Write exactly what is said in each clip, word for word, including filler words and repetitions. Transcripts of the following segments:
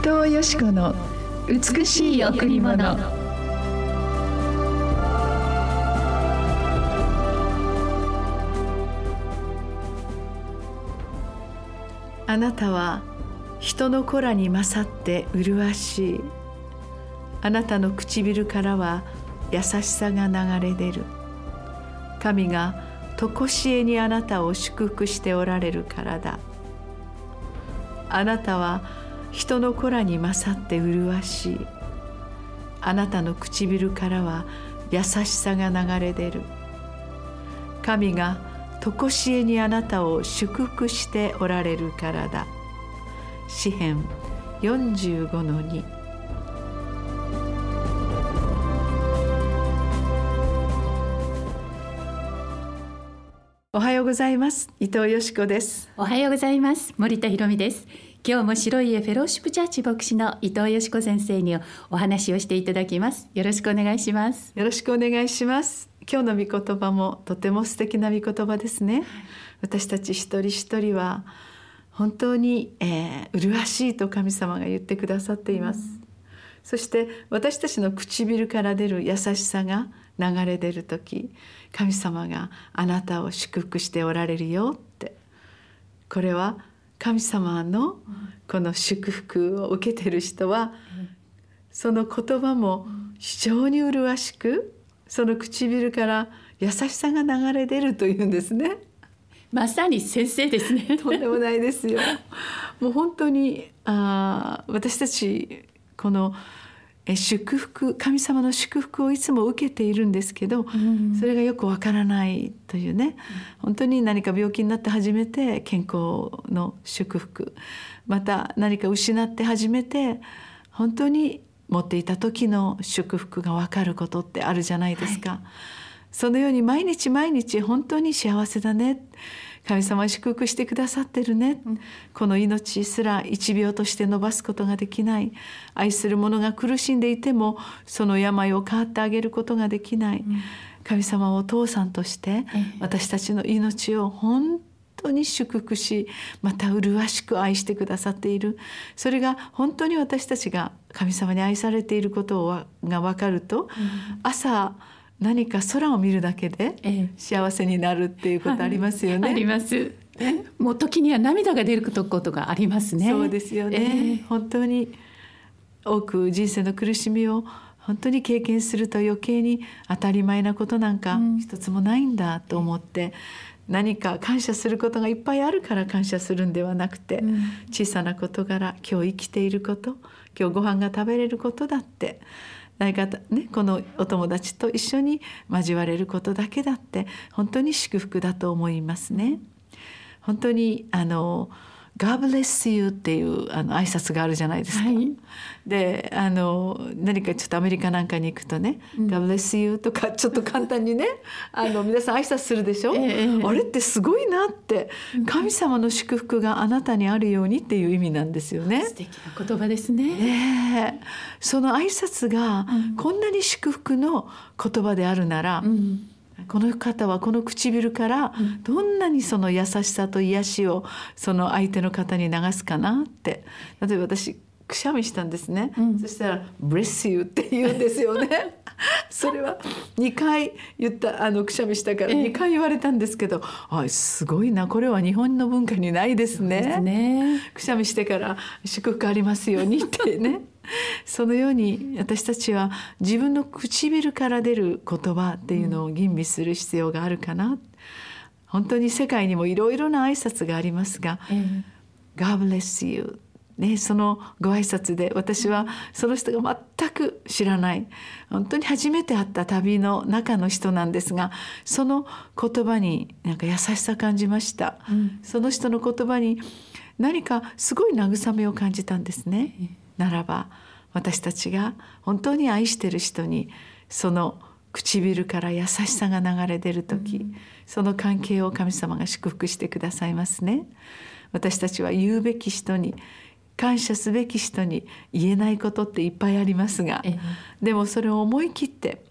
藤よし子の美しい贈り物。あなたは人の子らに勝って麗しい。あなたの唇からは優しさが流れ出る。神がとこしえにあなたを祝福しておられるからだ。あなたは人の子らに勝って麗しい。あなたの唇からは優しさが流れ出る。神がとこしえにあなたを祝福しておられるからだ。詩編 よんじゅうごのに。おはようございます。伊藤よし子です。 おはようございます。森田博美です。今日も白い家フェローシップチャーチ牧師の伊藤よし子先生にお話をしていただきます。よろしくお願いします。 よろしくお願いします。今日の御言葉もとても素敵な御言葉ですね。私たち一人一人は本当に、えー、麗しいと神様が言ってくださっています、うん、そして私たちの唇から出る優しさが流れ出るとき、神様があなたを祝福しておられるよって、これは神様のこの祝福を受けている人は、その言葉も非常に麗しく、その唇から優しさが流れ出るというんですね。 まさに先生ですね。 とんでもないですよ。もう本当にあ私たちこのえ祝福、神様の祝福をいつも受けているんですけど、うん、それがよくわからないというね、本当に何か病気になって初めて健康の祝福、また何か失って初めて本当に持っていた時の祝福がわかることってあるじゃないですか、はい、そのように毎日毎日本当に幸せだね、神様は祝福してくださってるね、うん、この命すら一秒として伸ばすことができない、愛する者が苦しんでいてもその病を変わってあげることができない、うん、神様はお父さんとして私たちの命を本当に祝福し、また麗しく愛してくださっている。それが本当に私たちが神様に愛されていることが分かると、うん、朝何か空を見るだけで幸せになるっていうことありますよね、 はい、あります。もう時には涙が出ることがありますね。 そうですよね、えー、本当に多く人生の苦しみを本当に経験すると余計に当たり前なことなんか一つもないんだと思って、うん、何か感謝することがいっぱいあるから感謝するんではなくて、うん、小さな事柄、今日生きていること、今日ご飯が食べれることだって、何かね、このお友達と一緒に交われることだけだって本当に祝福だと思いますね。本当にあのGod bless you っていうあの挨拶があるじゃないですか、はい、であの何かちょっとアメリカなんかに行くとね、うん、God bless you とかちょっと簡単にねあの皆さん挨拶するでしょ、えー、あれってすごいなって、神様の祝福があなたにあるようにっていう意味なんですよね。 素敵な言葉ですね、 ね、その挨拶がこんなに祝福の言葉であるなら、うん、この方はこの唇からどんなにその優しさと癒しをその相手の方に流すかなって。例えば私くしゃみしたんですね、うん、そしたら Bless you って言うんですよねそれはにかい言ったあのくしゃみしたからにかい言われたんですけど、あ、すごいな、これは日本の文化にないですね。 そうですね。 くしゃみしてから祝福ありますようにってねそのように私たちは自分の唇から出る言葉っていうのを吟味する必要があるかな、うん、本当に世界にもいろいろな挨拶がありますが、えー、God bless you、ね、そのご挨拶で私はその人が全く知らない本当に初めて会った旅の中の人なんですが、その言葉になんか優しさ感じました、うん、その人の言葉に何かすごい慰めを感じたんですね、えーならば私たちが本当に愛している人にその唇から優しさが流れ出るとき、うん、その関係を神様が祝福してくださいますね。私たちは言うべき人に、感謝すべき人に言えないことっていっぱいありますが、ええ、でもそれを思い切って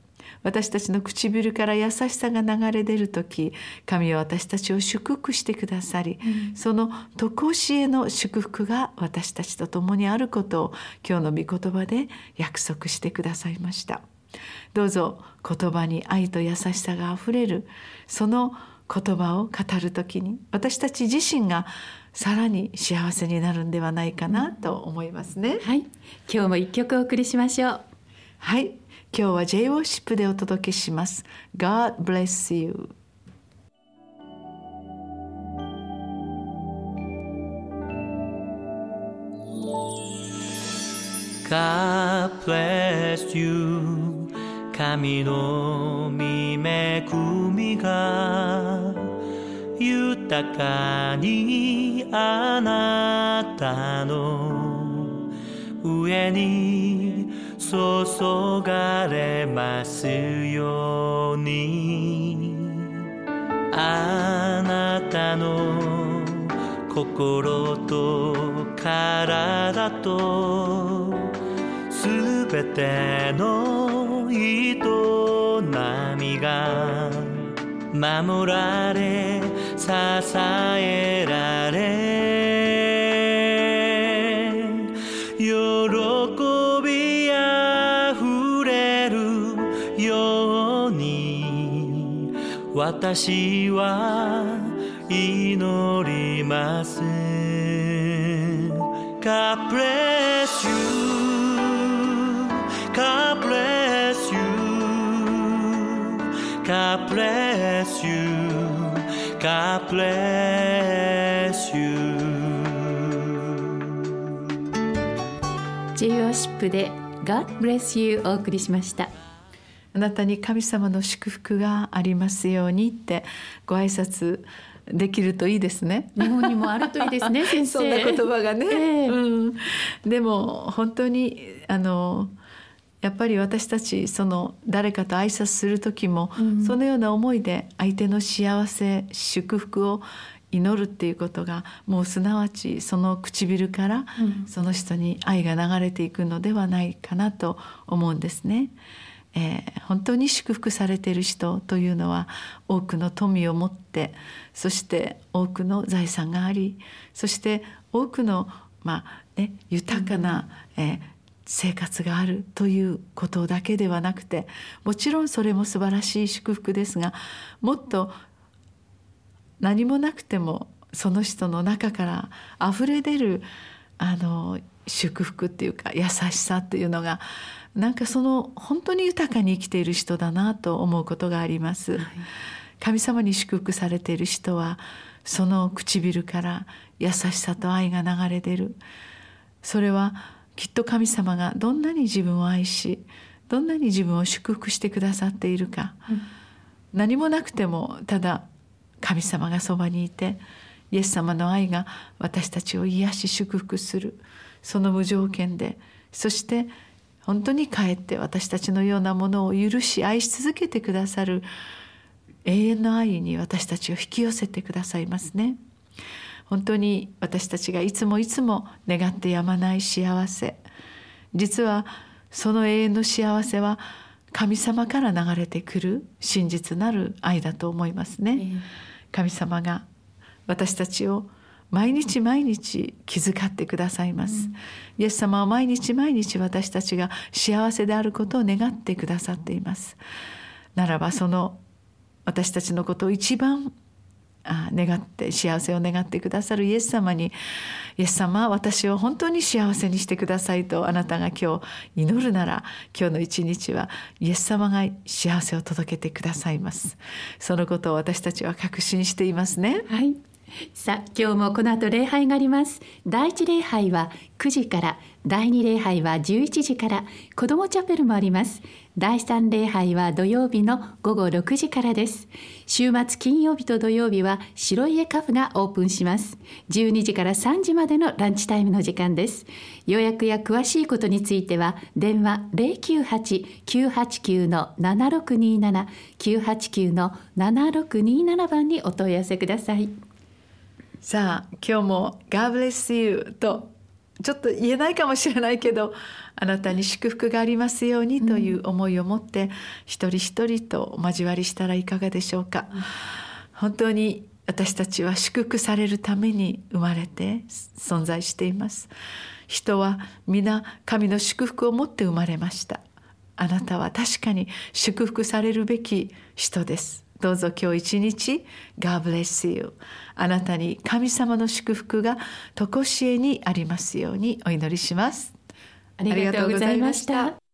私たちの唇から優しさが流れ出るとき、神は私たちを祝福してくださり、うん、その常しえの祝福が私たちと共にあることを今日の御言葉で約束してくださいました。どうぞ言葉に愛と優しさがあふれるその言葉を語るときに、私たち自身がさらに幸せになるんではないかなと思いますね、うん、 はい、今日も一曲お送りしましょう。 はい、今日は J ウォーシップでお届けします。 God bless you。 God bless you。 神の御恵みが豊かにあなたの上に注がれますように。あなたの心と体とすべての営みが守られ支えられ、喜びあふれるように私は祈ります。 God bless you。 God bless you。 God bless you。 God bless you。 J ワーシップで God bless you お送りしました。 あなたに神様の祝福がありますようにってご挨拶できるといいですね。 日本にもあるといいですね先生。 そんな言葉がね、 えーうん、でも本当にあのやっぱり私たちその誰かと挨拶する時も、うん、そのような思いで相手の幸せ祝福を祈るっていうことがもうすなわちその唇からその人に愛が流れていくのではないかなと思うんですね。えー、本当に祝福されている人というのは多くの富を持って、そして多くの財産があり、そして多くの、まあね、豊かな、うんえー、生活があるということだけではなくて、もちろんそれも素晴らしい祝福ですが、もっと何もなくてもその人の中からあふれ出るあの祝福っていうか優しさっていうのが、なんかその本当に豊かに生きている人だなと思うことがあります、はい、神様に祝福されている人はその唇から優しさと愛が流れ出る。それはきっと神様がどんなに自分を愛し、どんなに自分を祝福してくださっているか、うん、何もなくてもただ神様がそばにいて、イエス様の愛が私たちを癒し祝福する、その無条件で、そして本当に帰って私たちのようなものを許し愛し続けてくださる永遠の愛に私たちを引き寄せてくださいますね。本当に私たちがいつもいつも願ってやまない幸せ、実はその永遠の幸せは神様から流れてくる真実なる愛だと思いますね、えー、神様が私たちを毎日毎日気遣ってくださいます、うん、イエス様は毎日毎日私たちが幸せであることを願ってくださっています。ならばその私たちのことを一番願って幸せを願ってくださるイエス様に、イエス様私を本当に幸せにしてくださいとあなたが今日祈るなら、今日の一日はイエス様が幸せを届けてくださいます。そのことを私たちは確信していますね。 はい、さあ今日もこの後礼拝があります。第一礼拝はくじから、第二礼拝はじゅういちじから、子どもチャペルもあります。第三礼拝は土曜日のごごろくじからです。週末金曜日と土曜日は白家カフェがオープンします。じゅうにじからさんじまでのランチタイムの時間です。予約や詳しいことについては電話 ゼロきゅうはち きゅうはちきゅう ななろくにーなな きゅうはちきゅう ななろくにーなな 番にお問い合わせください。 さあ今日も God bless you とちょっと言えないかもしれないけど、あなたに祝福がありますようにという思いを持って、うん、一人一人とお交わりしたらいかがでしょうか、うん、本当に私たちは祝福されるために生まれて存在しています。人は皆神の祝福を持って生まれました。あなたは確かに祝福されるべき人です。どうぞ今日一日 God bless you。 あなたに神様の祝福が常しえにありますようにお祈りします。 ありがとうございました。